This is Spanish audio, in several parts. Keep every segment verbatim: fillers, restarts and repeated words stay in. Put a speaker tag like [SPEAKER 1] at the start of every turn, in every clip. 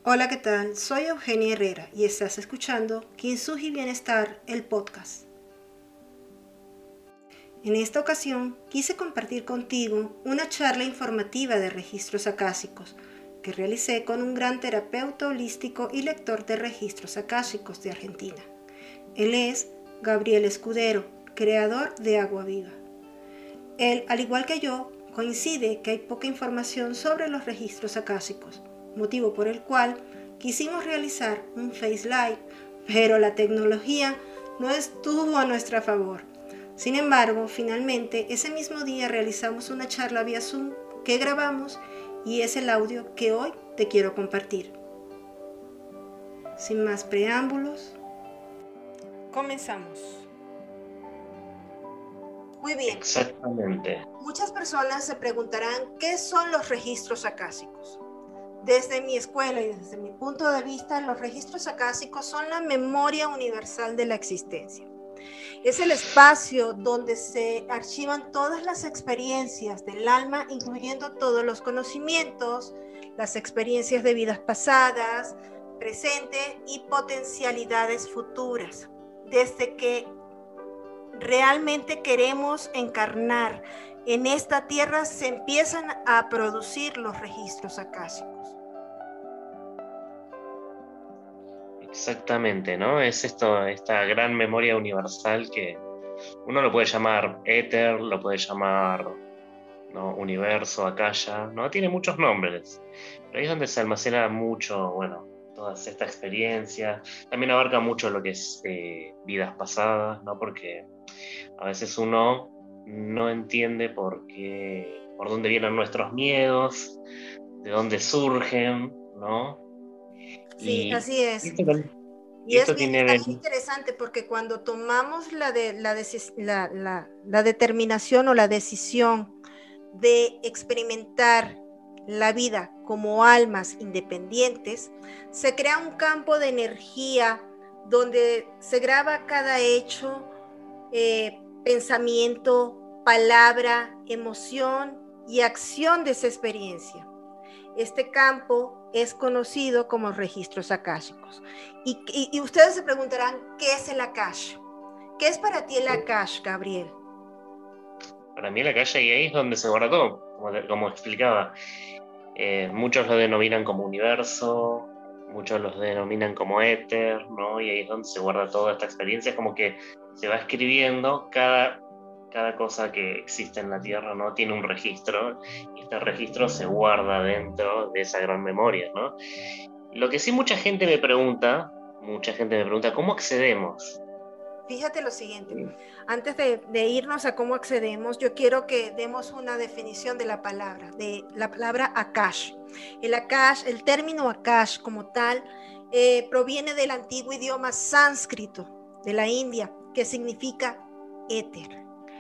[SPEAKER 1] Hola, ¿qué tal? Soy Eugenia Herrera y estás escuchando Kintsugi Bienestar, el podcast. En esta ocasión quise compartir contigo una charla informativa de registros akáshicos que realicé con un gran terapeuta holístico y lector de registros akáshicos de Argentina. Él es Gabriel Escudero, creador de Agua Viva. Él, al igual que yo, coincide que hay poca información sobre los registros akáshicos, motivo por el cual quisimos realizar un Face Live, pero la tecnología no estuvo a nuestra favor. Sin embargo, finalmente, ese mismo día realizamos una charla vía Zoom que grabamos y es el audio que hoy te quiero compartir. Sin más preámbulos, comenzamos. Muy bien.
[SPEAKER 2] Exactamente.
[SPEAKER 1] Muchas personas se preguntarán qué son los registros akáshicos. Desde mi escuela y desde mi punto de vista, los registros akáshicos son la memoria universal de la existencia. Es el espacio donde se archivan todas las experiencias del alma, incluyendo todos los conocimientos, las experiencias de vidas pasadas, presentes y potencialidades futuras. Desde que realmente queremos encarnar en esta tierra, se empiezan a producir los registros akáshicos.
[SPEAKER 2] Exactamente, ¿no? Es esto, esta gran memoria universal que uno lo puede llamar éter, lo puede llamar, ¿no?, universo, akasha, ¿no? Tiene muchos nombres. Pero ahí es donde se almacena mucho, bueno, todas estas experiencias. También abarca mucho lo que es eh, vidas pasadas, ¿no? Porque a veces uno no entiende por qué, por dónde vienen nuestros miedos, de dónde surgen, ¿no?
[SPEAKER 1] Sí,
[SPEAKER 2] Y
[SPEAKER 1] así es.
[SPEAKER 2] esto, y
[SPEAKER 1] Y es
[SPEAKER 2] esto
[SPEAKER 1] bien,
[SPEAKER 2] tiene...
[SPEAKER 1] está bien interesante porque cuando tomamos la, de, la, la, la, la determinación o la decisión de experimentar la vida como almas independientes, se crea un campo de energía donde se graba cada hecho, eh, pensamiento, palabra, emoción y acción de esa experiencia. Este campo es conocido como registros akáshicos. Y, y, y ustedes se preguntarán, ¿qué es el akash? ¿Qué es para ti el akash, Gabriel?
[SPEAKER 2] Para mí la calle y ahí es donde se guarda todo, como, como explicaba. Eh, muchos lo denominan como universo, muchos los denominan como éter, ¿no? Y ahí es donde se guarda toda esta experiencia, es como que se va escribiendo cada, cada cosa que existe en la Tierra, ¿no? Tiene un registro, y este registro se guarda dentro de esa gran memoria, ¿no? Lo que sí mucha gente me pregunta, mucha gente me pregunta, ¿cómo accedemos?
[SPEAKER 1] Fíjate lo siguiente, antes de, de irnos a cómo accedemos, yo quiero que demos una definición de la palabra, de la palabra akash. El akash, el término akash como tal, eh, proviene del antiguo idioma sánscrito de la India, que significa éter.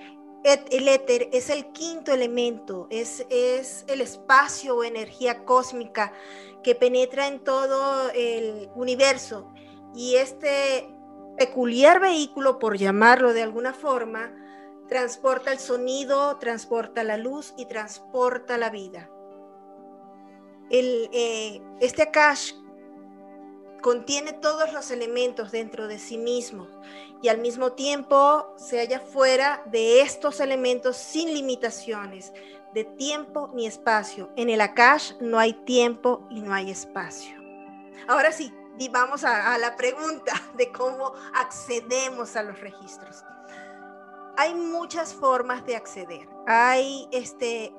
[SPEAKER 1] El éter es el quinto elemento, es, es el espacio o energía cósmica que penetra en todo el universo, y este peculiar vehículo, por llamarlo de alguna forma, transporta el sonido, transporta la luz y transporta la vida. El, eh, este akash contiene todos los elementos dentro de sí mismo y al mismo tiempo se halla fuera de estos elementos sin limitaciones de tiempo ni espacio. En el akash no hay tiempo y no hay espacio. Ahora sí, vamos a, a la pregunta de cómo accedemos a los registros. Hay muchas formas de acceder. Hay este...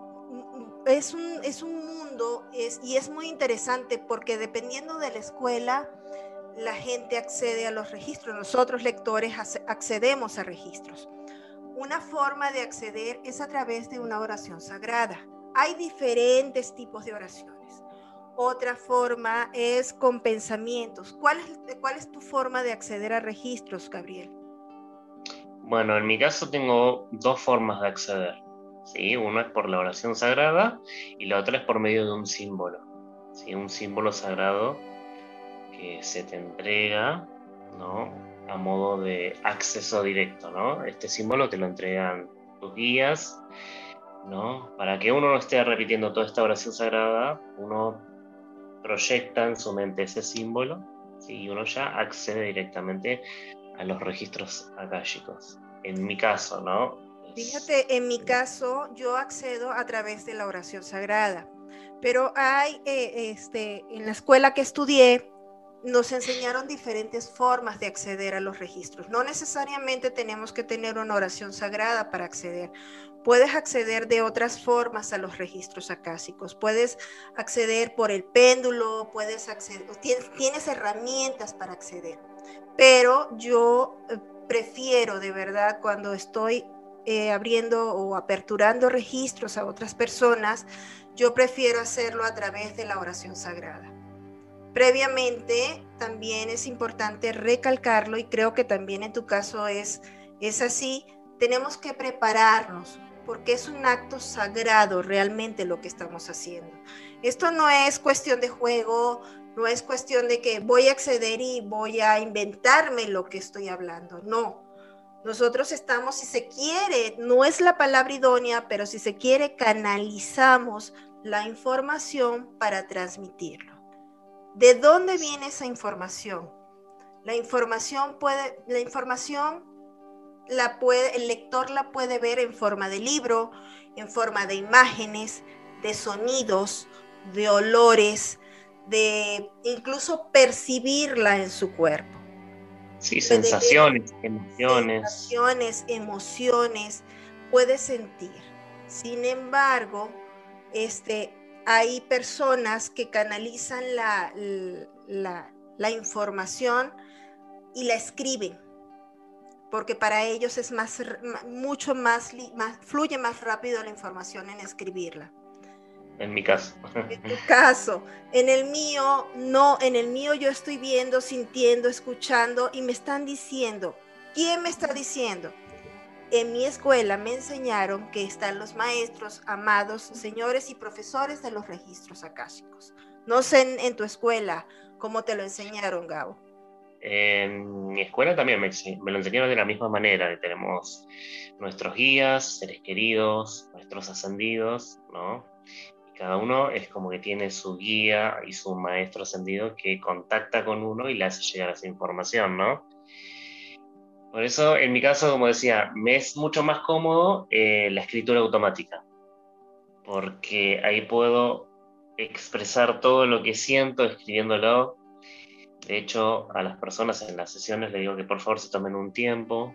[SPEAKER 1] Es un, es un mundo es, y es muy interesante porque dependiendo de la escuela, la gente accede a los registros. Nosotros, lectores, accedemos a registros. Una forma de acceder es a través de una oración sagrada. Hay diferentes tipos de oraciones. Otra forma es con pensamientos. ¿Cuál es, cuál es tu forma de acceder a registros, Gabriel?
[SPEAKER 2] Bueno, en mi caso tengo dos formas de acceder. ¿Sí? Una es por la oración sagrada y la otra es por medio de un símbolo. ¿Sí? Un símbolo sagrado que se te entrega, ¿no?, a modo de acceso directo, ¿no? Este símbolo te lo entregan tus guías, ¿no? Para que uno no esté repitiendo toda esta oración sagrada, uno proyecta en su mente ese símbolo, ¿sí? Y uno ya accede directamente a los registros akáshicos. En mi caso, ¿no?
[SPEAKER 1] Fíjate, en mi caso, yo accedo a través de la oración sagrada, pero hay, eh, este, en la escuela que estudié, nos enseñaron diferentes formas de acceder a los registros. No necesariamente tenemos que tener una oración sagrada para acceder. Puedes acceder de otras formas a los registros acásicos. Puedes acceder por el péndulo, puedes acceder, tienes, tienes herramientas para acceder. Pero yo eh, prefiero de verdad cuando estoy eh, abriendo o aperturando registros a otras personas, yo prefiero hacerlo a través de la oración sagrada. Previamente, también es importante recalcarlo, y creo que también en tu caso es, es así, tenemos que prepararnos, porque es un acto sagrado realmente lo que estamos haciendo. Esto no es cuestión de juego, no es cuestión de que voy a acceder y voy a inventarme lo que estoy hablando, no. Nosotros estamos, si se quiere, no es la palabra idónea, pero si se quiere, canalizamos la información para transmitirlo. ¿De dónde viene esa información? La información puede, la información la puede, el lector la puede ver en forma de libro, en forma de imágenes, de sonidos, de olores, de incluso percibirla en su cuerpo.
[SPEAKER 2] Sí, sensaciones, emociones.
[SPEAKER 1] Sensaciones, emociones, puede sentir. Sin embargo, este, hay personas que canalizan la, la, la información y la escriben, porque para ellos es más, mucho más, más, fluye más rápido la información en escribirla.
[SPEAKER 2] En mi caso.
[SPEAKER 1] En tu caso, en el mío, no, en el mío yo estoy viendo, sintiendo, escuchando y me están diciendo. ¿Quién me está diciendo? En mi escuela me enseñaron que están los maestros, amados señores y profesores de los registros akáshicos. No sé en, en tu escuela cómo te lo enseñaron, Gabo.
[SPEAKER 2] En mi escuela también me, me lo enseñaron de la misma manera. Tenemos nuestros guías, seres queridos, nuestros ascendidos, ¿no? Y cada uno es como que tiene su guía y su maestro ascendido que contacta con uno y le hace llegar esa información, ¿no? Por eso, en mi caso, como decía, me es mucho más cómodo eh, la escritura automática, porque ahí puedo expresar todo lo que siento escribiéndolo. De hecho, a las personas en las sesiones les digo que por favor se tomen un tiempo.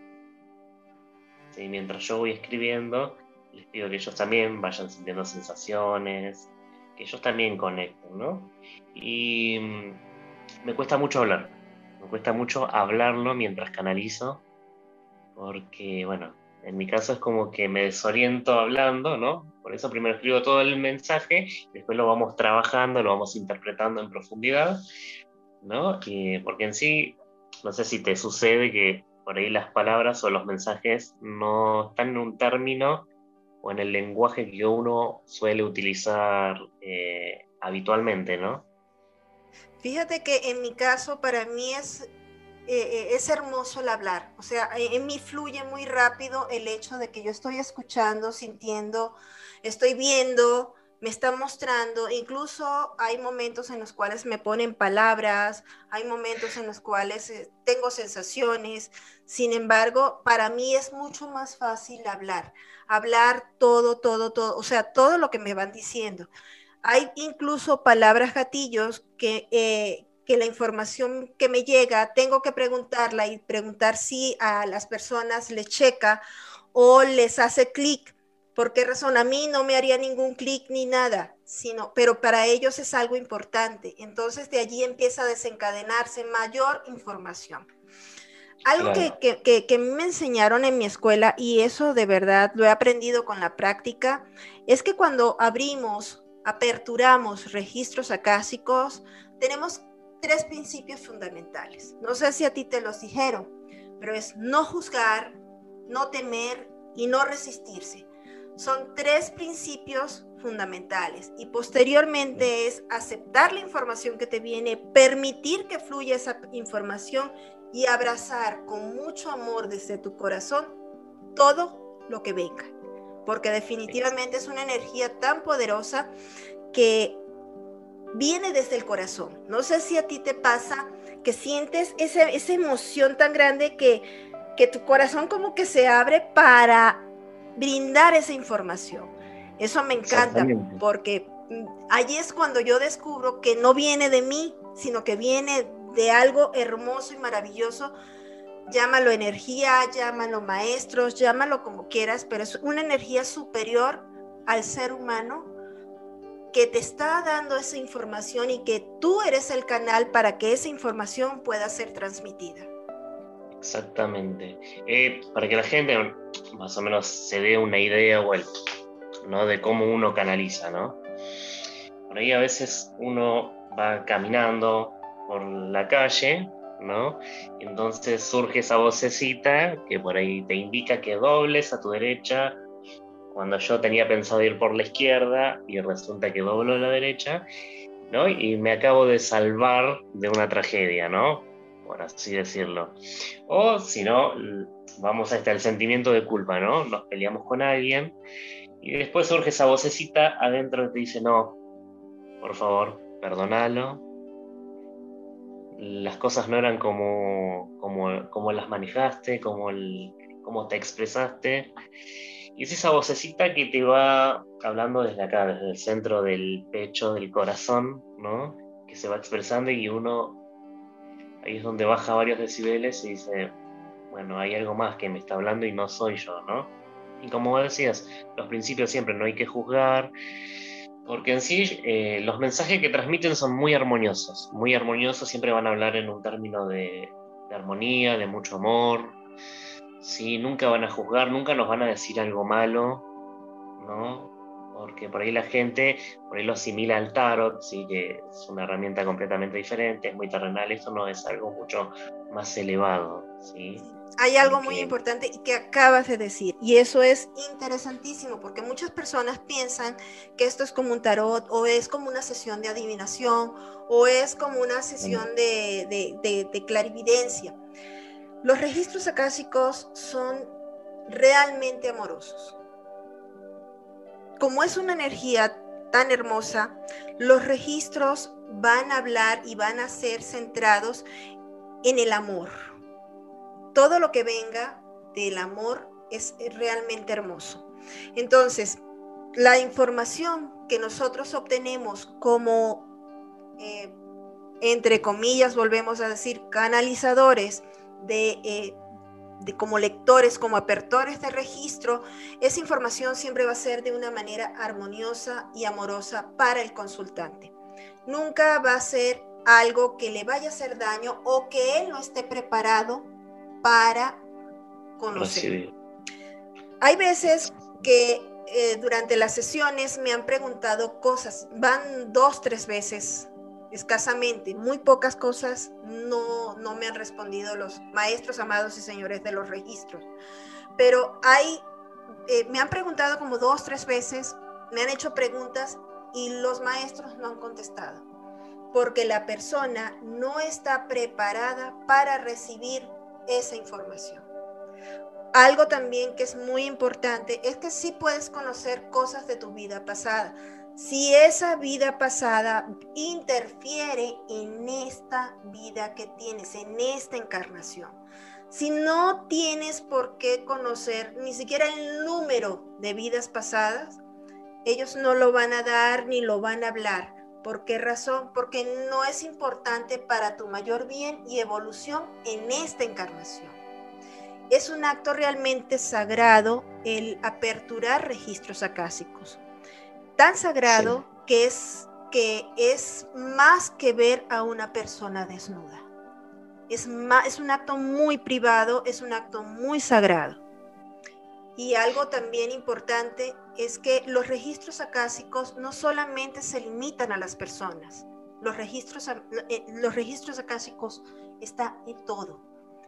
[SPEAKER 2] ¿Sí? Mientras yo voy escribiendo, les pido que ellos también vayan sintiendo sensaciones, que ellos también conecten, ¿no? Y mm, me cuesta mucho hablar, me cuesta mucho hablarlo mientras canalizo, porque, bueno, en mi caso es como que me desoriento hablando, ¿no? Por eso primero escribo todo el mensaje, después lo vamos trabajando, lo vamos interpretando en profundidad, ¿no? Y porque en sí, no sé si te sucede que por ahí las palabras o los mensajes no están en un término o en el lenguaje que uno suele utilizar eh, habitualmente, ¿no?
[SPEAKER 1] Fíjate que en mi caso, para mí es, eh, es hermoso el hablar. O sea, en mí fluye muy rápido el hecho de que yo estoy escuchando, sintiendo, estoy viendo, me están mostrando. Incluso hay momentos en los cuales me ponen palabras, hay momentos en los cuales eh, tengo sensaciones. Sin embargo, para mí es mucho más fácil hablar. Hablar todo, todo, todo. O sea, todo lo que me van diciendo. Hay incluso palabras gatillos que, eh, que la información que me llega tengo que preguntarla y preguntar si a las personas les checa o les hace clic. ¿Por qué razón? A mí no me haría ningún clic ni nada, sino, pero para ellos es algo importante. Entonces de allí empieza a desencadenarse mayor información. Algo
[SPEAKER 2] Claro.
[SPEAKER 1] que, que, que, que me enseñaron en mi escuela, y eso de verdad lo he aprendido con la práctica, es que cuando abrimos, aperturamos registros acásicos, tenemos tres principios fundamentales. No sé si a ti te los dijeron, pero es no juzgar, no temer y no resistirse. Son tres principios fundamentales y posteriormente es aceptar la información que te viene, permitir que fluya esa información y abrazar con mucho amor desde tu corazón todo lo que venga, porque definitivamente es una energía tan poderosa que viene desde el corazón. No sé si a ti te pasa que sientes esa, esa emoción tan grande que, que tu corazón como que se abre para brindar esa información. Eso me encanta porque allí es cuando yo descubro que no viene de mí, sino que viene de algo hermoso y maravilloso. Llámalo energía, llámalo maestros, llámalo como quieras, pero es una energía superior al ser humano que te está dando esa información y que tú eres el canal para que esa información pueda ser transmitida.
[SPEAKER 2] Exactamente. Eh, para que la gente más o menos se dé una idea, bueno, ¿no? De cómo uno canaliza, ¿no? Por ahí a veces uno va caminando por la calle, ¿no? Entonces surge esa vocecita que por ahí te indica que dobles a tu derecha, cuando yo tenía pensado ir por la izquierda y resulta que doblo a la derecha, ¿no? Y me acabo de salvar de una tragedia, ¿no? Por así decirlo. O si no, vamos hasta el sentimiento de culpa, ¿no? Nos peleamos con alguien y después surge esa vocecita adentro que te dice, no, por favor, perdonalo. Las cosas no eran como, como, como las manejaste, como, el, como te expresaste. Y es esa vocecita que te va hablando desde acá, desde el centro del pecho, del corazón, ¿no? Que se va expresando y uno, ahí es donde baja varios decibeles y dice, bueno, hay algo más que me está hablando y no soy yo, ¿no? Y como decías, los principios siempre no hay que juzgar, porque en sí eh, los mensajes que transmiten son muy armoniosos, muy armoniosos, siempre van a hablar en un término de, de armonía, de mucho amor, ¿sí? Nunca van a juzgar, nunca nos van a decir algo malo, ¿no? Porque por ahí la gente, por ahí lo asimila al tarot, ¿sí? Que es una herramienta completamente diferente, es muy terrenal, esto no es algo mucho más elevado, ¿sí?
[SPEAKER 1] Hay algo muy importante y que acabas de decir, y eso es interesantísimo, porque muchas personas piensan que esto es como un tarot, o es como una sesión de adivinación, o es como una sesión de, de, de, de clarividencia. Los registros akáshicos son realmente amorosos. Como es una energía tan hermosa, los registros van a hablar y van a ser centrados en el amor. Todo lo que venga del amor es realmente hermoso. Entonces, la información que nosotros obtenemos como, eh, entre comillas, volvemos a decir, canalizadores, de, eh, de, como lectores, como apertores de registro, esa información siempre va a ser de una manera armoniosa y amorosa para el consultante. Nunca va a ser algo que le vaya a hacer daño o que él no esté preparado para conocer. Recibir. Hay veces que eh, durante las sesiones me han preguntado cosas, van dos, tres veces escasamente, muy pocas cosas no, no me han respondido los maestros amados y señores de los registros, pero hay, eh, me han preguntado como dos, tres veces, me han hecho preguntas y los maestros no han contestado, porque la persona no está preparada para recibir esa información. Algo también que es muy importante es que sí puedes conocer cosas de tu vida pasada. Si esa vida pasada interfiere en esta vida que tienes, en esta encarnación. Si no tienes por qué conocer ni siquiera el número de vidas pasadas, ellos no lo van a dar ni lo van a hablar. ¿Por qué razón? Porque no es importante para tu mayor bien y evolución en esta encarnación. Es un acto realmente sagrado el aperturar registros akáshicos. Tan sagrado sí. que, es, que es más que ver a una persona desnuda. Es, más, es un acto muy privado, es un acto muy sagrado. Y algo también importante es que los registros akáshicos no solamente se limitan a las personas. Los registros, los registros akáshicos están en todo.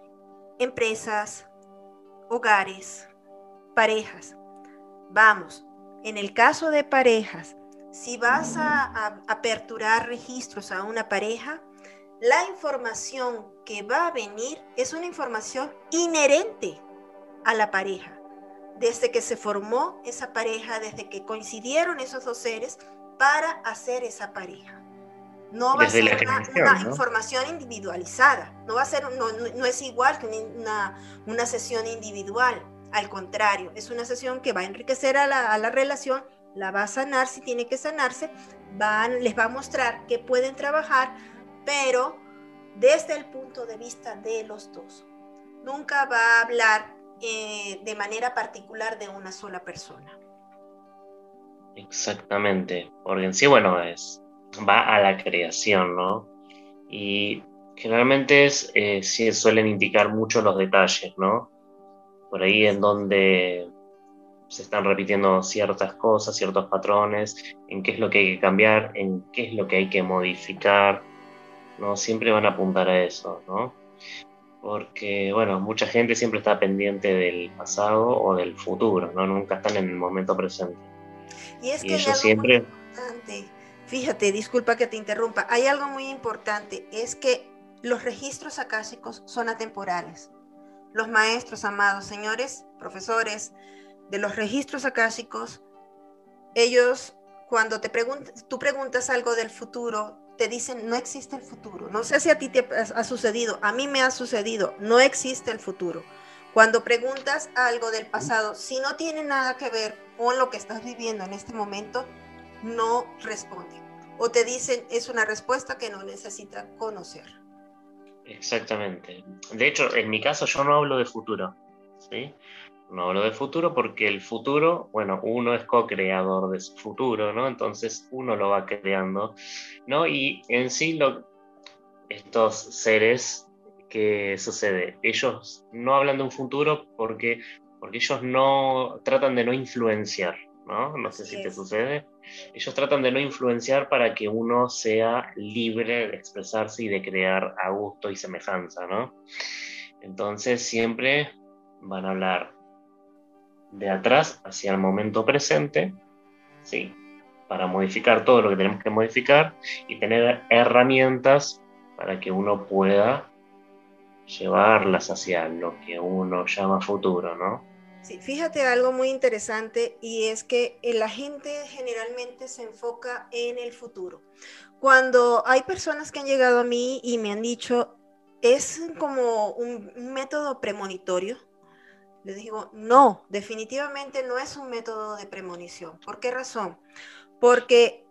[SPEAKER 1] Empresas, hogares, parejas. Vamos, en el caso de parejas, si vas a, a aperturar registros a una pareja, la información que va a venir es una información inherente a la pareja. Desde que se formó esa pareja, desde que coincidieron esos dos seres para hacer esa pareja. No va a
[SPEAKER 2] Desde
[SPEAKER 1] ser
[SPEAKER 2] la
[SPEAKER 1] una,
[SPEAKER 2] creación,
[SPEAKER 1] una
[SPEAKER 2] ¿no?
[SPEAKER 1] información individualizada, no va a ser, no, no, no es igual que una, una sesión individual, al contrario, es una sesión que va a enriquecer a la, a la relación, la va a sanar si tiene que sanarse, van, les va a mostrar que pueden trabajar, pero desde el punto de vista de los dos. Nunca va a hablar eh, de manera particular de una sola persona.
[SPEAKER 2] Exactamente, porque en sí, bueno, es, va a la creación, ¿no? Y generalmente es, eh, sí suelen indicar mucho los detalles, ¿no? Por ahí en donde se están repitiendo ciertas cosas, ciertos patrones, en qué es lo que hay que cambiar, en qué es lo que hay que modificar, ¿no? Siempre van a apuntar a eso, ¿no? Porque, bueno, mucha gente siempre está pendiente del pasado o del futuro, ¿no? Nunca están en el momento presente.
[SPEAKER 1] Y es
[SPEAKER 2] Y
[SPEAKER 1] que hay
[SPEAKER 2] ellos
[SPEAKER 1] algo muy
[SPEAKER 2] siempre,
[SPEAKER 1] importante. Fíjate, disculpa que te interrumpa. Hay algo muy importante, es que los registros acásicos son atemporales. Los maestros, amados señores, profesores de los registros acásicos, ellos cuando te preguntas, tú preguntas algo del futuro, te dicen no existe el futuro. No sé si a ti te ha sucedido, a mí me ha sucedido, no existe el futuro. Cuando preguntas algo del pasado, si no tiene nada que ver con lo que estás viviendo en este momento, no responden. O te dicen es una respuesta que no necesita conocer.
[SPEAKER 2] exactamente. De hecho, en mi caso yo no hablo de futuro, ¿sí? No hablo de futuro porque el futuro, bueno, uno es co-creador de su futuro, ¿no? Entonces uno lo va creando, ¿no? Y en sí lo, estos seres, ¿qué sucede? Ellos no hablan de un futuro porque, porque ellos no tratan de no influenciar, ¿no? No sé
[SPEAKER 1] Así
[SPEAKER 2] si te
[SPEAKER 1] es.
[SPEAKER 2] sucede. Ellos tratan de no influenciar para que uno sea libre de expresarse y de crear a gusto y semejanza, ¿no? Entonces siempre van a hablar de atrás hacia el momento presente, ¿sí? Para modificar todo lo que tenemos que modificar y tener herramientas para que uno pueda llevarlas hacia lo que uno llama futuro, ¿no?
[SPEAKER 1] Sí, fíjate algo muy interesante y es que la gente generalmente se enfoca en el futuro. Cuando hay personas que han llegado a mí y me han dicho, es como un, un método premonitorio, les digo, no, definitivamente no es un método de premonición. ¿Por qué razón? Porque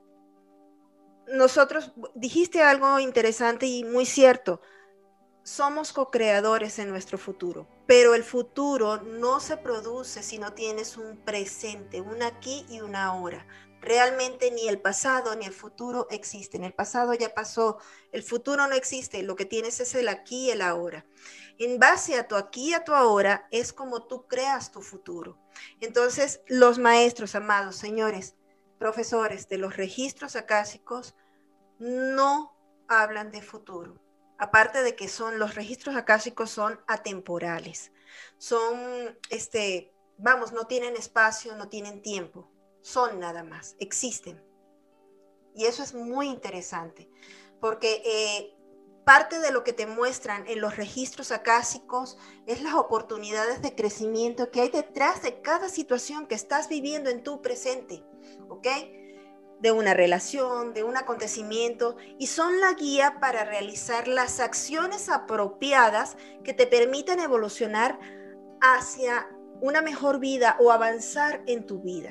[SPEAKER 1] nosotros, dijiste algo interesante y muy cierto, somos co-creadores en nuestro futuro, pero el futuro no se produce si no tienes un presente, un aquí y un ahora. Realmente ni el pasado ni el futuro existen. El pasado ya pasó, el futuro no existe, lo que tienes es el aquí y el ahora. En base a tu aquí y a tu ahora es como tú creas tu futuro. Entonces, los maestros, amados señores, profesores de los registros acásicos, no hablan de futuro. Aparte de que son, los registros acásicos son atemporales. Son, este, vamos, no tienen espacio, no tienen tiempo. Son nada más, existen. Y eso es muy interesante, porque eh, parte de lo que te muestran en los registros acásicos es las oportunidades de crecimiento que hay detrás de cada situación que estás viviendo en tu presente, ¿ok? De una relación, de un acontecimiento, y son la guía para realizar las acciones apropiadas que te permitan evolucionar hacia una mejor vida o avanzar en tu vida.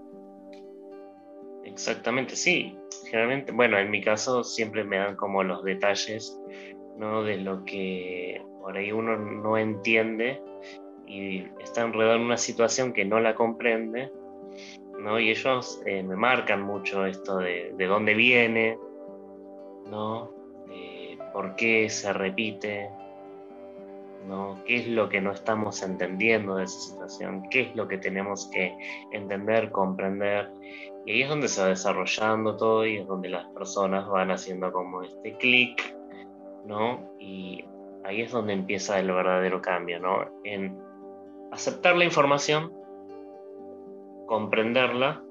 [SPEAKER 2] Exactamente, sí. Generalmente, bueno, en mi caso siempre me dan como los detalles, ¿no? De lo que por ahí uno no entiende y está enredado en una situación que no la comprende, ¿no? Y ellos eh, me marcan mucho esto de, de dónde viene, ¿no? De por qué se repite, ¿no? ¿Qué es lo que no estamos entendiendo de esa situación? ¿Qué es lo que tenemos que entender, comprender? Y ahí es donde se va desarrollando todo y es donde las personas van haciendo como este clic, ¿no? Y ahí es donde empieza el verdadero cambio, ¿no? En aceptar la información, comprenderla,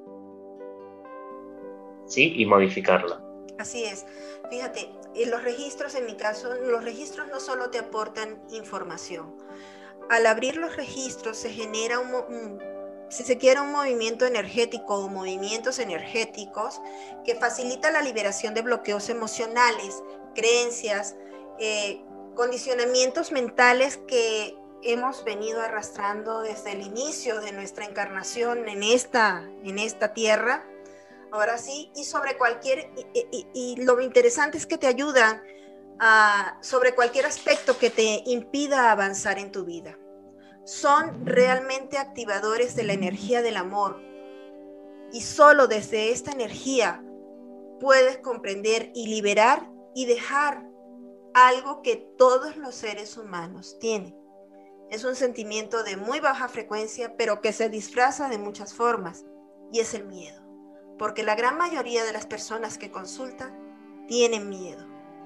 [SPEAKER 2] ¿sí? Y modificarla.
[SPEAKER 1] Así es. Fíjate, en los registros, en mi caso, los registros no solo te aportan información. Al abrir los registros se genera un, un si se quiere, un movimiento energético o movimientos energéticos que facilita la liberación de bloqueos emocionales, creencias, eh, condicionamientos mentales que hemos venido arrastrando desde el inicio de nuestra encarnación en esta, en esta tierra. Ahora sí, y sobre cualquier, y, y, y lo interesante es que te ayudan a, sobre cualquier aspecto que te impida avanzar en tu vida. Son realmente activadores de la energía del amor. Y solo desde esta energía puedes comprender y liberar y dejar algo que todos los seres humanos tienen. Es un sentimiento de muy baja frecuencia, pero que se disfraza de muchas formas, y es el miedo. Porque la gran mayoría de las personas que consultan tienen miedo.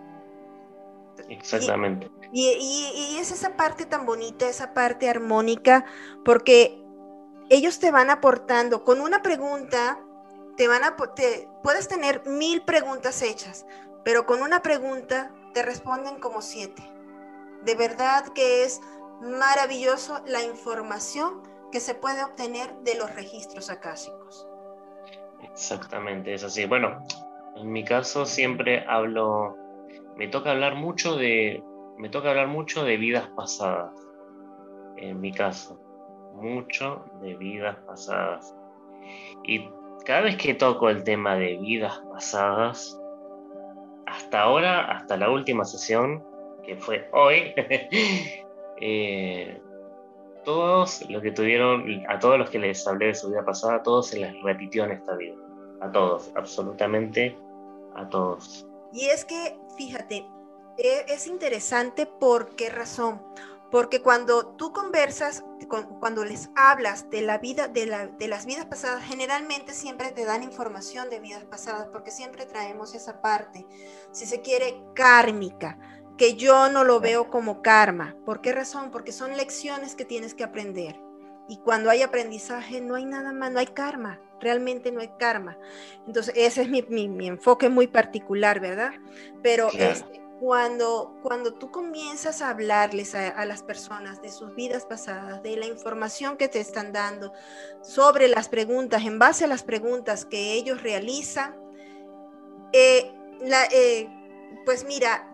[SPEAKER 2] Exactamente.
[SPEAKER 1] Y, y, y es esa parte tan bonita, esa parte armónica, porque ellos te van aportando con una pregunta, te van a, te, puedes tener mil preguntas hechas, pero con una pregunta te responden como siete. De verdad que es maravilloso la información que se puede obtener de los registros akáshicos.
[SPEAKER 2] Exactamente, es así. Bueno, en mi caso siempre hablo, me toca hablar mucho de, me toca hablar mucho de vidas pasadas. En mi caso, mucho de vidas pasadas. Y cada vez que toco el tema de vidas pasadas, hasta ahora, hasta la última sesión, que fue hoy, eh, todos los que tuvieron, a todos los que les hablé de su vida pasada, a todos se les repitió en esta vida. A todos, absolutamente a todos.
[SPEAKER 1] Y es que, fíjate, es interesante por qué razón. Porque cuando tú conversas, cuando les hablas de la vida, de, la, de las vidas pasadas, generalmente siempre te dan información de vidas pasadas, porque siempre traemos esa parte, si se quiere, kármica, que yo no lo veo como karma. ¿Por qué razón? Porque son lecciones que tienes que aprender. Y cuando hay aprendizaje no hay nada más, no hay karma, realmente no hay karma. Entonces ese es mi, mi, mi enfoque muy particular, ¿verdad? Pero claro. este, cuando, cuando tú comienzas a hablarles a, a las personas de sus vidas pasadas, de la información que te están dando, sobre las preguntas, en base a las preguntas que ellos realizan, eh, la, eh, pues mira,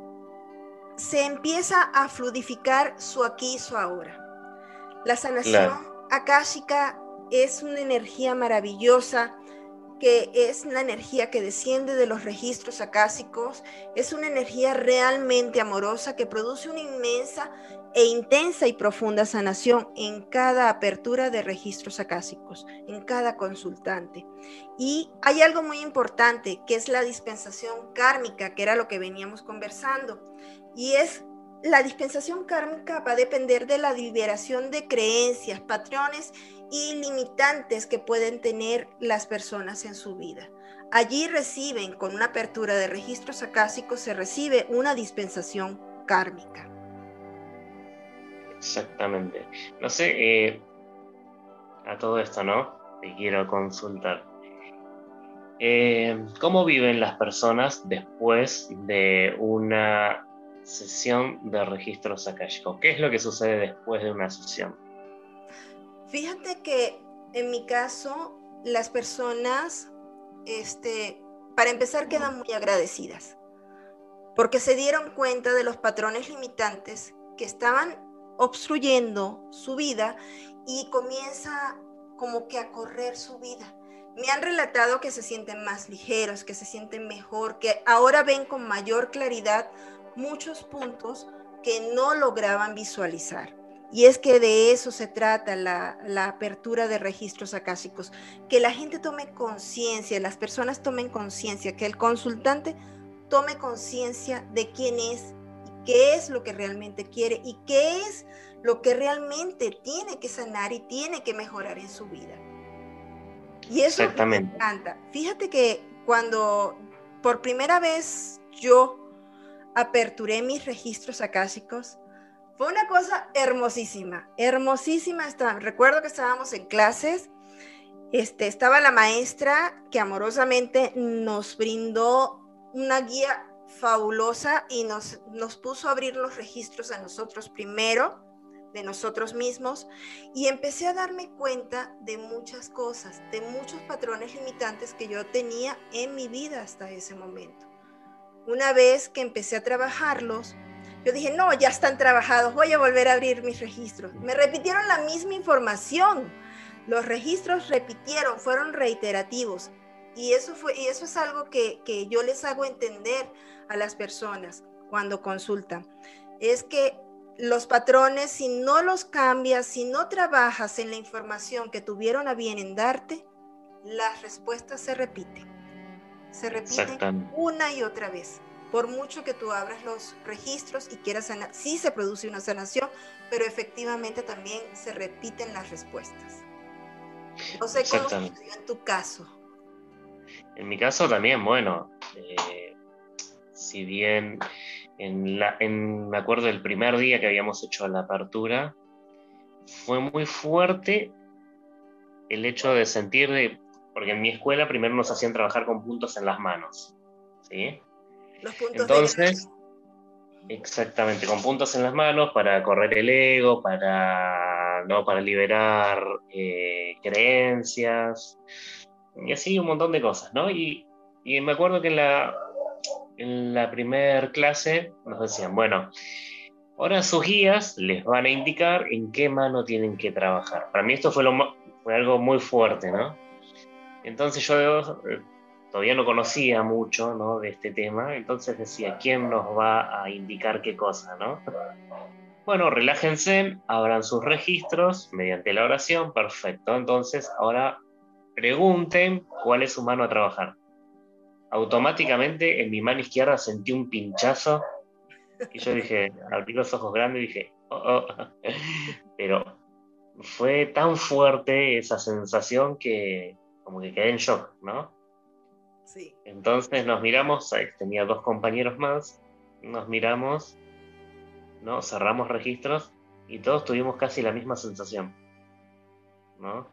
[SPEAKER 1] se empieza a fluidificar su aquí y su ahora. La sanación claro. akáshica es una energía maravillosa, que es una energía que desciende de los registros akáshicos, es una energía realmente amorosa que produce una inmensa e intensa y profunda sanación en cada apertura de registros akáshicos, en cada consultante. Y hay algo muy importante, que es la dispensación kármica, que era lo que veníamos conversando, y es la dispensación kármica va a depender de la liberación de creencias, patrones y limitantes que pueden tener las personas en su vida. Allí reciben, con una apertura de registros akáshicos, se recibe una dispensación kármica.
[SPEAKER 2] Exactamente. No sé, eh, a todo esto, ¿no? Te quiero consultar. Eh, ¿Cómo viven las personas después de una sesión de registros akáshicos? ¿Qué es lo que sucede después de una sesión?
[SPEAKER 1] Fíjate que en mi caso, las personas, este, para empezar, quedan muy agradecidas, porque se dieron cuenta de los patrones limitantes que estaban obstruyendo su vida y comienza como que a correr su vida. Me han relatado que se sienten más ligeros, que se sienten mejor, que ahora ven con mayor claridad muchos puntos que no lograban visualizar. Y es que de eso se trata la, la apertura de registros akáshicos, que la gente tome conciencia, las personas tomen conciencia, que el consultante tome conciencia de quién es, y qué es lo que realmente quiere y qué es lo que realmente tiene que sanar y tiene que mejorar en su vida. Y eso me encanta. Fíjate que cuando por primera vez yo aperturé mis registros akáshicos, fue una cosa hermosísima, hermosísima. Está, recuerdo que estábamos en clases, este, estaba la maestra que amorosamente nos brindó una guía fabulosa y nos, nos puso a abrir los registros a nosotros primero, de nosotros mismos, y empecé a darme cuenta de muchas cosas, de muchos patrones limitantes que yo tenía en mi vida hasta ese momento. Una vez que empecé a trabajarlos, yo dije, no, ya están trabajados, voy a volver a abrir mis registros. Me repitieron la misma información. Los registros repitieron, fueron reiterativos. Y eso, fue, y eso es algo que, que yo les hago entender a las personas cuando consultan. Es que los patrones, si no los cambias, si no trabajas en la información que tuvieron a bien en darte, las respuestas se repiten. Se repiten una y otra vez. Por mucho que tú abras los registros y quieras sanar, sí se produce una sanación, pero efectivamente también se repiten las respuestas. No sé cómo sucedió en tu caso.
[SPEAKER 2] En mi caso también, bueno, eh, si bien en, la, en, me acuerdo el primer día que habíamos hecho la apertura, fue muy fuerte el hecho de sentir, de, porque en mi escuela primero nos hacían trabajar con puntos en las manos, ¿sí?
[SPEAKER 1] Los puntos
[SPEAKER 2] Entonces,
[SPEAKER 1] de
[SPEAKER 2] exactamente, con puntos en las manos para correr el ego, para, ¿no? para liberar eh, creencias, y así un montón de cosas, ¿no? Y, y me acuerdo que en la, en la primer clase nos decían, bueno, ahora sus guías les van a indicar en qué mano tienen que trabajar. Para mí esto fue, lo, fue algo muy fuerte, ¿no? Entonces yo eh, todavía no conocía mucho, ¿no? de este tema, entonces decía, ¿quién nos va a indicar qué cosa, ¿no? Bueno, relájense, abran sus registros mediante la oración, perfecto. Entonces ahora pregunten cuál es su mano a trabajar. Automáticamente en mi mano izquierda sentí un pinchazo y yo dije, abrí los ojos grandes y dije, oh, oh. Pero fue tan fuerte esa sensación que como que quedé en shock, ¿no?
[SPEAKER 1] Sí.
[SPEAKER 2] Entonces nos miramos, tenía dos compañeros más, nos miramos, ¿no? Cerramos registros y todos tuvimos casi la misma sensación, ¿no?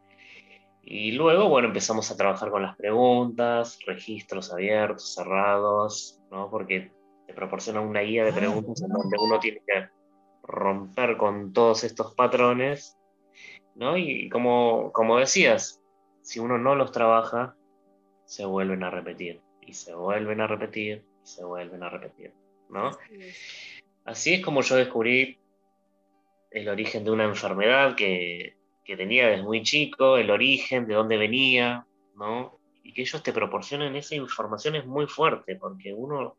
[SPEAKER 2] Y luego, bueno, empezamos a trabajar con las preguntas, registros abiertos, cerrados, ¿no? Porque te proporciona una guía de preguntas en donde uno tiene que romper con todos estos patrones, ¿no? Y como, como decías, si uno no los trabaja, se vuelven a repetir, y se vuelven a repetir, y se vuelven a repetir, ¿no?
[SPEAKER 1] Así es.
[SPEAKER 2] Así es como yo descubrí el origen de una enfermedad que, que tenía desde muy chico, el origen, de dónde venía, ¿no? Y que ellos te proporcionen esa información es muy fuerte, porque uno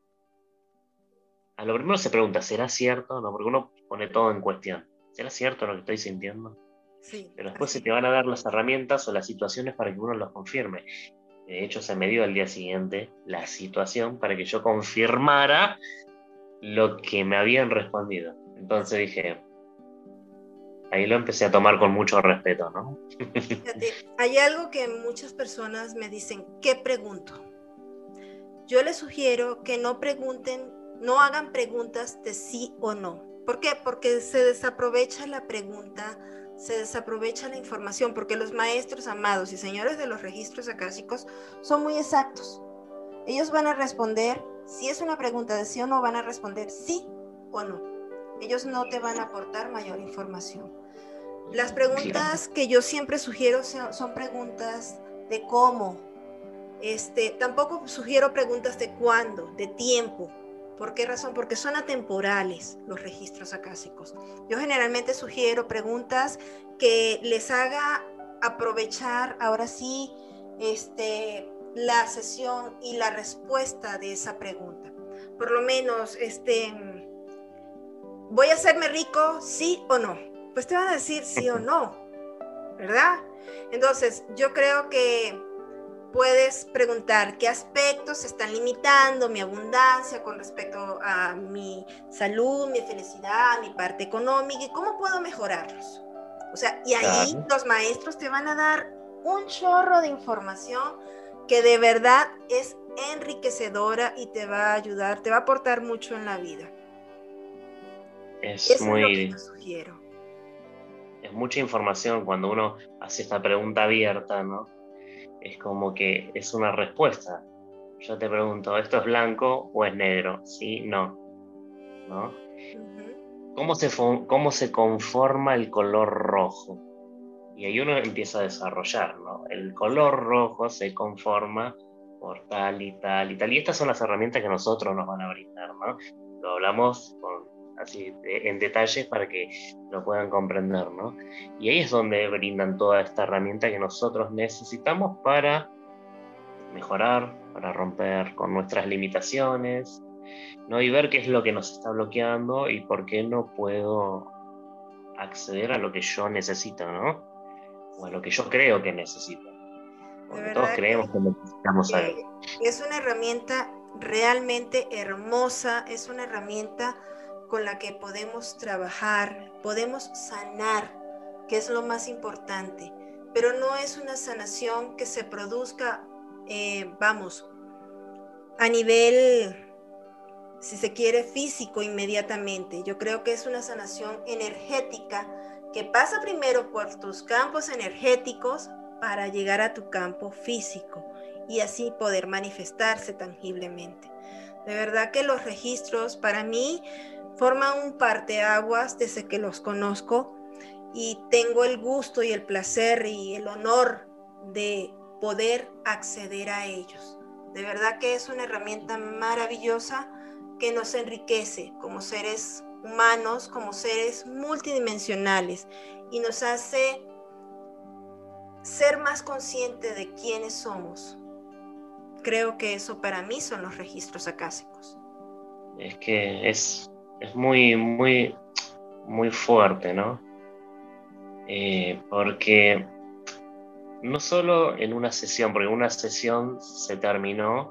[SPEAKER 2] a lo primero se pregunta, ¿será cierto? No, porque uno pone todo en cuestión. ¿Será cierto lo que estoy sintiendo?
[SPEAKER 1] Sí,
[SPEAKER 2] Pero después se
[SPEAKER 1] así.
[SPEAKER 2] te van a dar las herramientas o las situaciones para que uno los confirme. De hecho, se me dio al día siguiente la situación para que yo confirmara lo que me habían respondido. Entonces dije, ahí lo empecé a tomar con mucho respeto, ¿no?
[SPEAKER 1] Fíjate, hay algo que muchas personas me dicen, ¿qué pregunto? Yo les sugiero que no pregunten, no hagan preguntas de sí o no. ¿Por qué? Porque se desaprovecha la pregunta, se desaprovecha la información, porque los maestros amados y señores de los registros akáshicos son muy exactos. Ellos van a responder, si es una pregunta de sí o no, van a responder sí o no. Ellos no te van a aportar mayor información. Las preguntas que yo siempre sugiero son, son preguntas de cómo. Este, tampoco sugiero preguntas de cuándo, de tiempo. ¿Por qué razón? Porque son atemporales los registros akáshicos. Yo generalmente sugiero preguntas que les haga aprovechar ahora sí este, la sesión y la respuesta de esa pregunta. Por lo menos, este, ¿voy a hacerme rico? ¿Sí o no? Pues te van a decir sí o no, ¿verdad? Entonces, yo creo que puedes preguntar qué aspectos están limitando mi abundancia con respecto a mi salud, mi felicidad, mi parte económica y cómo puedo mejorarlos. O sea, y ahí claro, los maestros te van a dar un chorro de información que de verdad es enriquecedora y te va a ayudar, te va a aportar mucho en la vida.
[SPEAKER 2] Es
[SPEAKER 1] Eso
[SPEAKER 2] muy,
[SPEAKER 1] es lo que yo sugiero.
[SPEAKER 2] Es mucha información cuando uno hace esta pregunta abierta, ¿no? Es como que es una respuesta. Yo te pregunto, ¿esto es blanco o es negro? Sí, no, ¿no?
[SPEAKER 1] Uh-huh.
[SPEAKER 2] cómo se, cómo se conforma el color rojo. Y ahí uno empieza a desarrollar, ¿no? El color rojo se conforma por tal y tal y tal. Y estas son las herramientas que nosotros nos van a brindar, ¿no? Lo hablamos con, así de, en detalle para que lo puedan comprender, ¿no? Y ahí es donde brindan toda esta herramienta que nosotros necesitamos para mejorar, para romper con nuestras limitaciones, ¿no? Y ver qué es lo que nos está bloqueando y por qué no puedo acceder a lo que yo necesito, ¿no? O a lo que yo creo que necesito.
[SPEAKER 1] De
[SPEAKER 2] Porque todos
[SPEAKER 1] verdad
[SPEAKER 2] creemos
[SPEAKER 1] que,
[SPEAKER 2] que necesitamos algo.
[SPEAKER 1] que es una herramienta realmente hermosa, es una herramienta con la que podemos trabajar, podemos sanar, que es lo más importante, pero no es una sanación que se produzca, eh, vamos, a nivel, si se quiere, físico inmediatamente. Yo creo que es una sanación energética que pasa primero por tus campos energéticos para llegar a tu campo físico y así poder manifestarse tangiblemente. De verdad que los registros para mí forman un parteaguas desde que los conozco y tengo el gusto y el placer y el honor de poder acceder a ellos. De verdad que es una herramienta maravillosa que nos enriquece como seres humanos, como seres multidimensionales y nos hace ser más conscientes de quiénes somos. Creo que eso para mí son los registros acásicos.
[SPEAKER 2] Es que es, es muy, muy, muy fuerte, ¿no? Eh, porque no solo en una sesión, porque una sesión se terminó,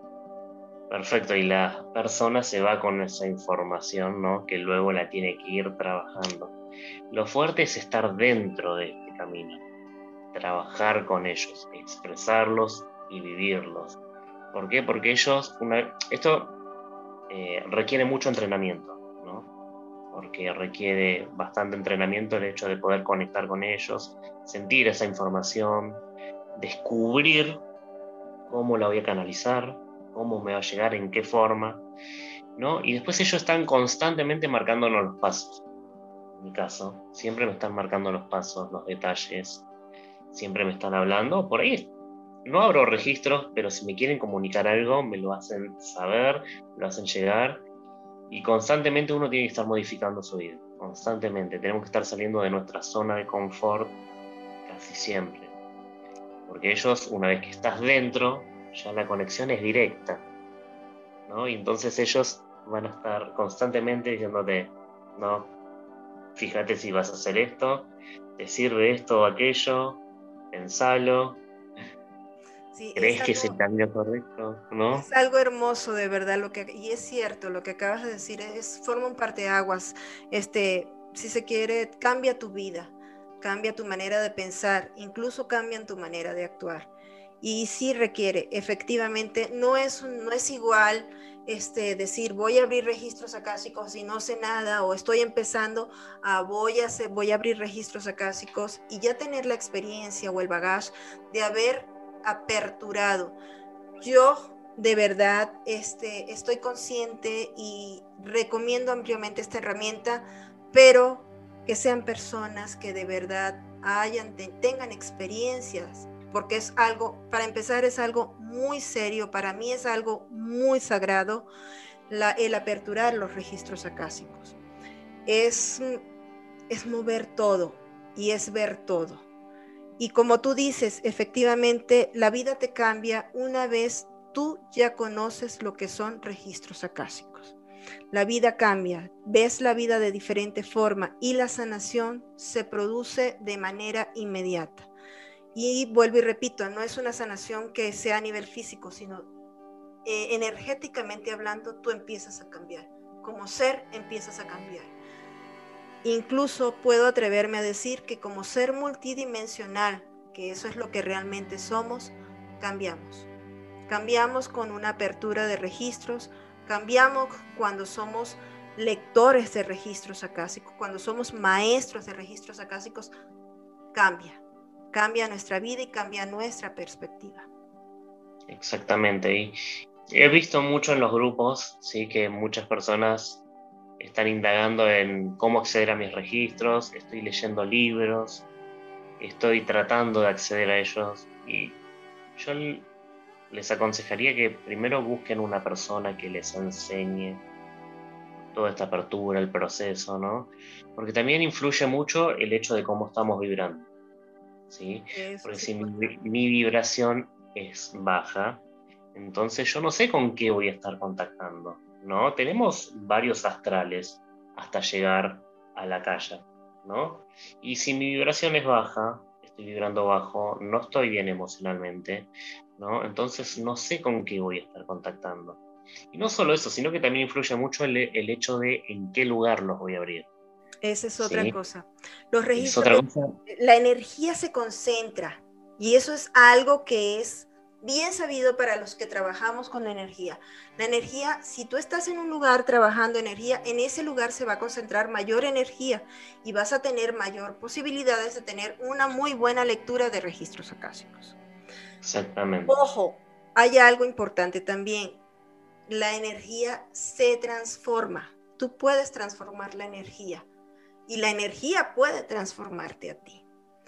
[SPEAKER 2] perfecto, y la persona se va con esa información, ¿no? Que luego la tiene que ir trabajando. Lo fuerte es estar dentro de este camino, trabajar con ellos, expresarlos y vivirlos. ¿Por qué? Porque ellos, una, esto eh, requiere mucho entrenamiento, ¿no? Porque requiere bastante entrenamiento el hecho de poder conectar con ellos, sentir esa información, descubrir cómo la voy a canalizar, cómo me va a llegar, en qué forma, ¿no? Y después ellos están constantemente marcándonos los pasos. En mi caso, siempre me están marcando los pasos, los detalles, siempre me están hablando. Por ahí no abro registros, pero si me quieren comunicar algo, me lo hacen saber, me lo hacen llegar. Y constantemente uno tiene que estar modificando su vida, constantemente. Tenemos que estar saliendo de nuestra zona de confort casi siempre. Porque ellos, una vez que estás dentro, ya la conexión es directa, ¿no? Y entonces ellos van a estar constantemente diciéndote, no, fíjate si vas a hacer esto, te sirve esto o aquello, pensalo,
[SPEAKER 1] Sí, es
[SPEAKER 2] crees que es el
[SPEAKER 1] algo,
[SPEAKER 2] camino correcto, ¿no?
[SPEAKER 1] es algo hermoso de verdad lo que, y es cierto lo que acabas de decir, es forma un parteaguas, este, si se quiere, cambia tu vida, cambia tu manera de pensar, incluso cambian tu manera de actuar. Y sí requiere, efectivamente, no es, no es igual este, decir voy a abrir registros acásicos y no sé nada, o estoy empezando a voy a, hacer, voy a abrir registros acásicos y ya tener la experiencia o el bagaje de haber aperturado. Yo de verdad este, estoy consciente y recomiendo ampliamente esta herramienta, pero que sean personas que de verdad hayan, tengan experiencias, porque es algo, para empezar, es algo muy serio, para mí es algo muy sagrado la, el aperturar los registros acásicos. Es, es mover todo y es ver todo. Y como tú dices, efectivamente, la vida te cambia una vez tú ya conoces lo que son registros acásicos. La vida cambia, ves la vida de diferente forma y la sanación se produce de manera inmediata. Y vuelvo y repito, no es una sanación que sea a nivel físico, sino eh, energéticamente hablando, tú empiezas a cambiar. Como ser, empiezas a cambiar. Incluso puedo atreverme a decir que como ser multidimensional, que eso es lo que realmente somos, cambiamos. Cambiamos con una apertura de registros, cambiamos cuando somos lectores de registros acásicos, cuando somos maestros de registros acásicos, cambia. Cambia nuestra vida y cambia nuestra perspectiva.
[SPEAKER 2] Exactamente. Y he visto mucho en los grupos, sí, que muchas personas están indagando en cómo acceder a mis registros, estoy leyendo libros, estoy tratando de acceder a ellos y yo les aconsejaría que primero busquen una persona que les enseñe toda esta apertura, el proceso, ¿no? Porque también influye mucho el hecho de cómo estamos vibrando, ¿sí?
[SPEAKER 1] Eso
[SPEAKER 2] Porque
[SPEAKER 1] es
[SPEAKER 2] si mi,
[SPEAKER 1] importante.
[SPEAKER 2] mi vibración es baja, entonces yo no sé con qué voy a estar contactando, ¿no? Tenemos varios astrales hasta llegar a la calle, ¿no? Y si mi vibración es baja, estoy vibrando bajo, no estoy bien emocionalmente, ¿no? Entonces no sé con qué voy a estar contactando. Y no solo eso, sino que también influye mucho el, el hecho de en qué lugar los voy a abrir,
[SPEAKER 1] Esa es otra
[SPEAKER 2] ¿sí?
[SPEAKER 1] cosa. Los
[SPEAKER 2] Es
[SPEAKER 1] registros,
[SPEAKER 2] otra
[SPEAKER 1] eh,
[SPEAKER 2] cosa.
[SPEAKER 1] la energía se concentra y eso es algo que es bien sabido para los que trabajamos con la energía. La energía, si tú estás en un lugar trabajando energía, en ese lugar se va a concentrar mayor energía y vas a tener mayor posibilidades de tener una muy buena lectura de registros acásicos.
[SPEAKER 2] Exactamente.
[SPEAKER 1] Ojo, hay algo importante también. La energía se transforma. Tú puedes transformar la energía y la energía puede transformarte a ti.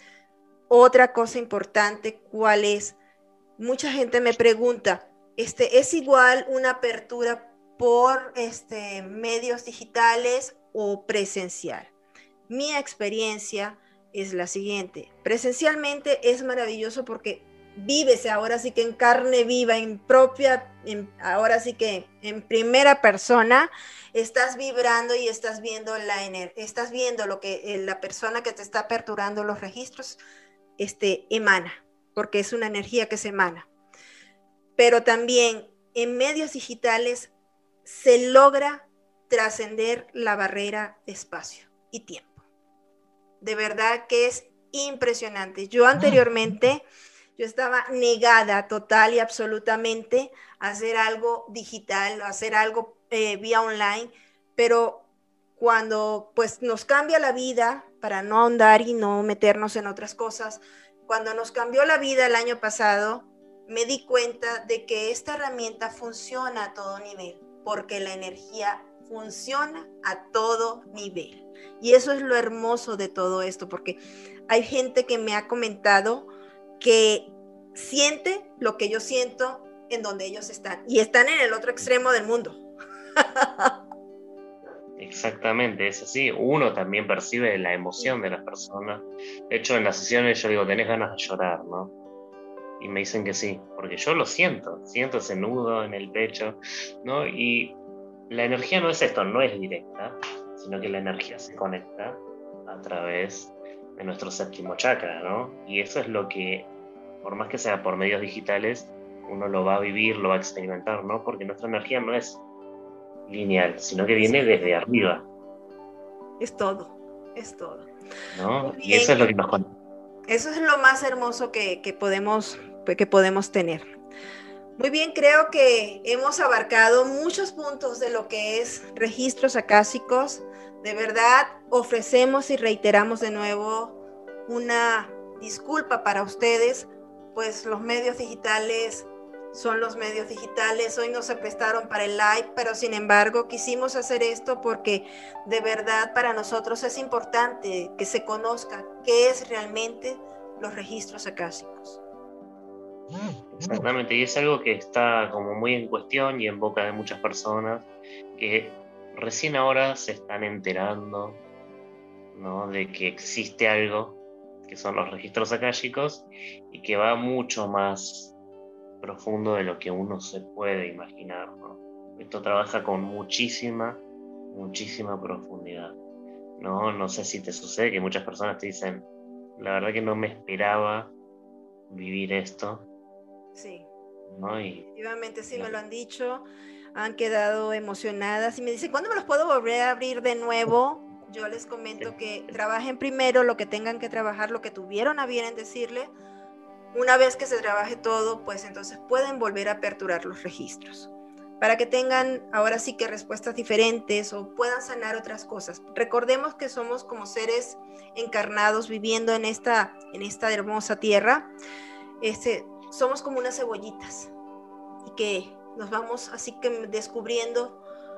[SPEAKER 1] Otra cosa importante, ¿cuál es? Mucha gente me pregunta, este, ¿es igual una apertura por este, medios digitales o presencial? Mi experiencia es la siguiente. Presencialmente es maravilloso porque vives ahora sí que en carne viva, en propia, en, ahora sí que en primera persona, estás vibrando y estás viendo la estás viendo lo que la persona que te está aperturando los registros este, emana, porque es una energía que se emana. Pero también en medios digitales se logra trascender la barrera de espacio y tiempo. De verdad que es impresionante. Yo anteriormente, yo estaba negada total y absolutamente a hacer algo digital, a hacer algo eh, vía online, pero cuando pues nos cambia la vida, para no ahondar y no meternos en otras cosas, cuando nos cambió la vida el año pasado, me di cuenta de que esta herramienta funciona a todo nivel, porque la energía funciona a todo nivel. Y eso es lo hermoso de todo esto, porque hay gente que me ha comentado que siente lo que yo siento en donde ellos están y están en el otro extremo del mundo.
[SPEAKER 2] Exactamente, es así. Uno también percibe la emoción de las personas. De hecho, en las sesiones yo digo, ¿tenés ganas de llorar, no? Y me dicen que sí, porque yo lo siento, siento ese nudo en el pecho, ¿no? Y la energía no es esto, no es directa, sino que la energía se conecta a través de nuestro séptimo chakra, ¿no? Y eso es lo que, por más que sea por medios digitales, uno lo va a vivir, lo va a experimentar, ¿no? Porque nuestra energía no es lineal, sino que viene desde arriba,
[SPEAKER 1] Es todo, es todo. Muy
[SPEAKER 2] ¿no? Y eso
[SPEAKER 1] bien,
[SPEAKER 2] es lo que nos conecta.
[SPEAKER 1] eso es lo más hermoso que, que, podemos, que podemos tener. Muy bien, creo que hemos abarcado muchos puntos de lo que es registros acásicos. De verdad, ofrecemos y reiteramos de nuevo una disculpa para ustedes, pues los medios digitales son los medios digitales. Hoy no se prestaron para el live, pero sin embargo quisimos hacer esto porque de verdad para nosotros es importante que se conozca qué es realmente los registros acásicos.
[SPEAKER 2] Exactamente, y es algo que está como muy en cuestión y en boca de muchas personas que recién ahora se están enterando, ¿no? De que existe algo que son los registros akáshicos y que va mucho más profundo de lo que uno se puede imaginar, ¿no? Esto trabaja con muchísima, muchísima profundidad, ¿no? No sé si te sucede que muchas personas te dicen, la verdad que no me esperaba vivir esto,
[SPEAKER 1] Sí.
[SPEAKER 2] ¿no? Y
[SPEAKER 1] Efectivamente, sí
[SPEAKER 2] lo
[SPEAKER 1] me lo
[SPEAKER 2] que
[SPEAKER 1] han dicho, han quedado emocionadas y me dicen, ¿cuándo me los puedo volver a abrir de nuevo? Yo les comento que trabajen primero lo que tengan que trabajar, lo que tuvieron a bien en decirle. Una vez que se trabaje todo, pues entonces pueden volver a aperturar los registros para que tengan ahora sí que respuestas diferentes o puedan sanar otras cosas. Recordemos que somos como seres encarnados viviendo en esta, en esta hermosa tierra. Este, somos como unas cebollitas y que nos vamos así que descubriendo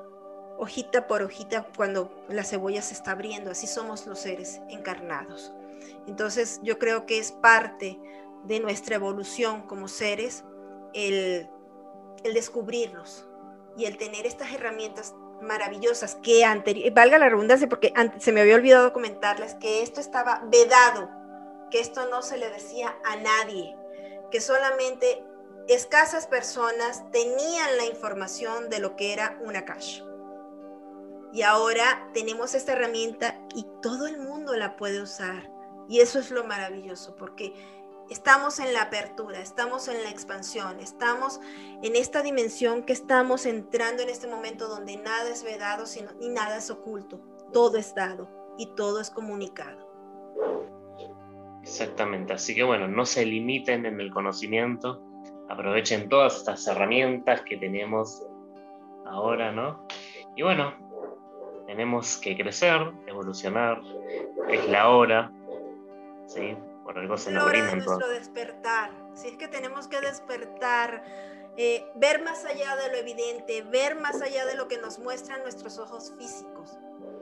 [SPEAKER 1] hojita por hojita cuando la cebolla se está abriendo. Así somos los seres encarnados. Entonces yo creo que es parte de nuestra evolución como seres el, el descubrirnos y el tener estas herramientas maravillosas que anterior, valga la redundancia porque antes, se me había olvidado comentarles que esto estaba vedado, que esto no se le decía a nadie, que solamente escasas personas tenían la información de lo que era una Akash. Y ahora tenemos esta herramienta y todo el mundo la puede usar. Y eso es lo maravilloso, porque estamos en la apertura, estamos en la expansión, estamos en esta dimensión que estamos entrando en este momento donde nada es vedado sino, y nada es oculto. Todo es dado y todo es comunicado.
[SPEAKER 2] Exactamente, así que bueno, no se limiten en el conocimiento, aprovechen todas estas herramientas que tenemos ahora, ¿no? Y bueno, tenemos que crecer, evolucionar, es la hora, ¿sí? Por algo se nos brindan
[SPEAKER 1] todos. Es la hora de nuestro despertar, si es que tenemos que despertar, eh, ver más allá de lo evidente, ver más allá de lo que nos muestran nuestros ojos físicos.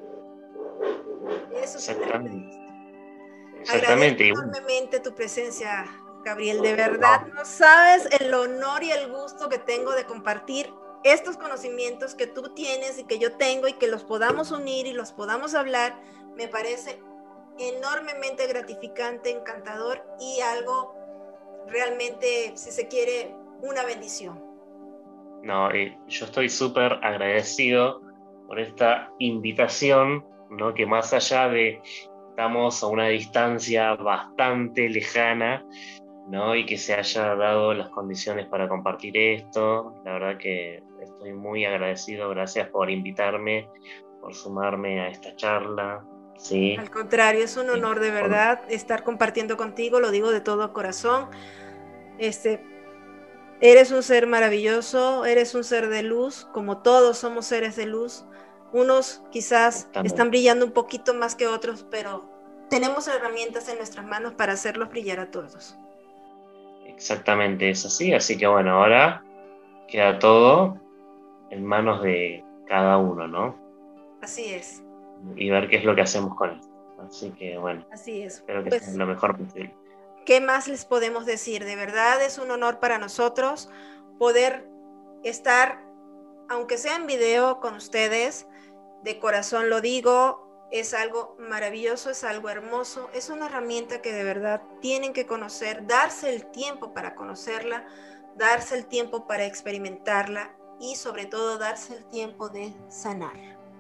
[SPEAKER 1] Eso es
[SPEAKER 2] Exactamente.
[SPEAKER 1] Exactamente. Agradezco enormemente tu presencia, Gabriel. De verdad, no. no sabes el honor y el gusto que tengo de compartir estos conocimientos que tú tienes y que yo tengo y que los podamos unir y los podamos hablar. Me parece enormemente gratificante, encantador y algo realmente, si se quiere, una bendición.
[SPEAKER 2] No, eh, yo estoy súper agradecido por esta invitación, ¿no? Que más allá de estamos a una distancia bastante lejana, ¿no? Y que se haya dado las condiciones para compartir esto, la verdad que estoy muy agradecido, gracias por invitarme, por sumarme a esta charla. Sí.
[SPEAKER 1] Al contrario, es un honor de verdad estar compartiendo contigo, lo digo de todo corazón. Este, eres un ser maravilloso, eres un ser de luz, como todos somos seres de luz. Unos quizás También. están brillando un poquito más que otros, pero tenemos herramientas en nuestras manos para hacerlos brillar a todos.
[SPEAKER 2] Exactamente, es así. Así que bueno, ahora queda todo en manos de cada uno, ¿no?
[SPEAKER 1] Así es.
[SPEAKER 2] Y ver qué es lo que hacemos con esto. Así que bueno,
[SPEAKER 1] así es.
[SPEAKER 2] Espero que
[SPEAKER 1] pues,
[SPEAKER 2] sea lo mejor posible.
[SPEAKER 1] ¿Qué más les podemos decir? De verdad es un honor para nosotros poder estar, aunque sea en video, con ustedes. De corazón lo digo, es algo maravilloso, es algo hermoso, es una herramienta que de verdad tienen que conocer, darse el tiempo para conocerla, darse el tiempo para experimentarla y sobre todo darse el tiempo de sanar.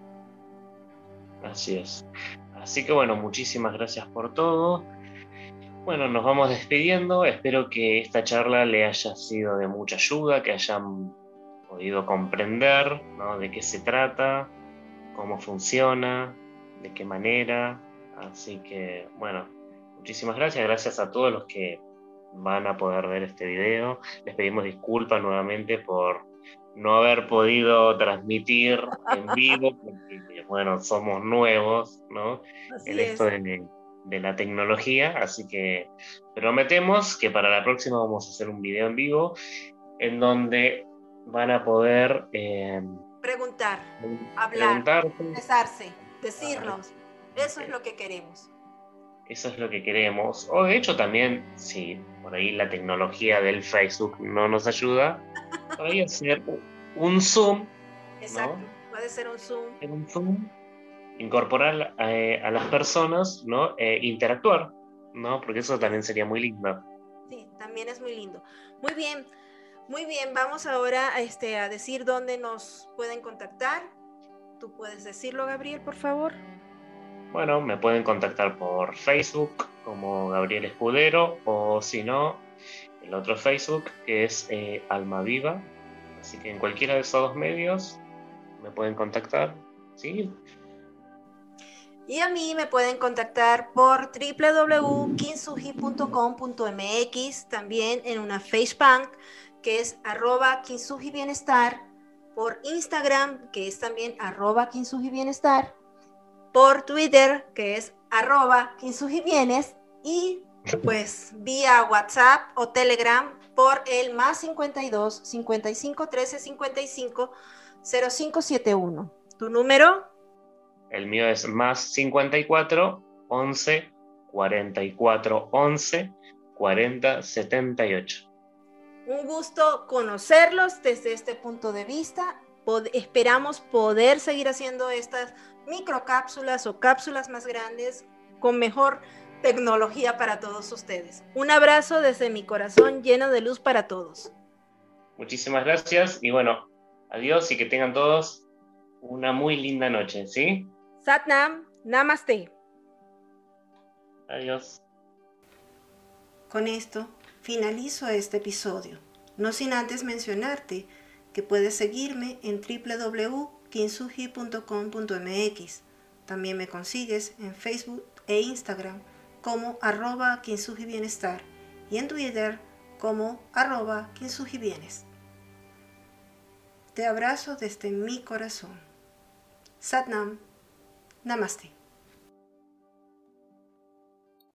[SPEAKER 2] Así es. Así que bueno, muchísimas gracias por todo. Bueno, nos vamos despidiendo. Espero que esta charla le haya sido de mucha ayuda, que hayan podido comprender, ¿no? De qué se trata, cómo funciona, de qué manera. Así que, bueno, muchísimas gracias. Gracias a todos los que van a poder ver este video. Les pedimos disculpas nuevamente por no haber podido transmitir en vivo, porque, bueno, somos nuevos, ¿no?
[SPEAKER 1] Así
[SPEAKER 2] en esto
[SPEAKER 1] es.
[SPEAKER 2] de, de la tecnología, así que prometemos que para la próxima vamos a hacer un video en vivo en donde van a poder eh,
[SPEAKER 1] preguntar, hablar, expresarse, decirnos.
[SPEAKER 2] Ah,
[SPEAKER 1] eso es lo que queremos.
[SPEAKER 2] Eso es lo que queremos. O de hecho también, si por ahí la tecnología del Facebook no nos ayuda, podría hacer un Zoom.
[SPEAKER 1] Exacto, ¿no? Puede ser un Zoom.
[SPEAKER 2] Un Zoom, incorporar a, a las personas, ¿no? E interactuar, ¿no? Porque eso también sería muy lindo.
[SPEAKER 1] Sí, también es muy lindo. Muy bien, muy bien. Vamos ahora a, este, a decir dónde nos pueden contactar. ¿Tú puedes decirlo, Gabriel, por favor?
[SPEAKER 2] Bueno, me pueden contactar por Facebook como Gabriel Escudero, o si no, el otro Facebook que es eh, Alma Viva. Así que en cualquiera de esos dos medios me pueden contactar, ¿sí?
[SPEAKER 1] Y a mí me pueden contactar por w w w punto kintsugi punto com punto m x, también en una Facebook que es arroba Kintsugi Bienestar, por Instagram que es también arroba Kintsugi Bienestar, por Twitter que es arroba Kintsugi Bienes, y pues vía WhatsApp o Telegram por el más cincuenta y dos, cincuenta y cinco, trece, cincuenta y cinco, cero cinco setenta y uno. ¿Tu número?
[SPEAKER 2] El mío es más cincuenta y cuatro, once, cuarenta y cuatro, once, cuarenta, setenta y ocho.
[SPEAKER 1] Un gusto conocerlos desde este punto de vista. Pod esperamos poder seguir haciendo estas microcápsulas o cápsulas más grandes con mejor tecnología para todos ustedes. Un abrazo desde mi corazón lleno de luz para todos.
[SPEAKER 2] Muchísimas gracias y bueno, adiós y que tengan todos una muy linda noche, ¿sí?
[SPEAKER 1] Satnam, Namaste.
[SPEAKER 2] Adiós.
[SPEAKER 1] Con esto finalizo este episodio, no sin antes mencionarte que puedes seguirme en w w w punto kintsugi punto com punto m x. También me consigues en Facebook e Instagram como arroba Kintsugi Bienestar y en Twitter como arroba Kintsugi Bienes. Te abrazo desde mi corazón. Satnam, Namaste.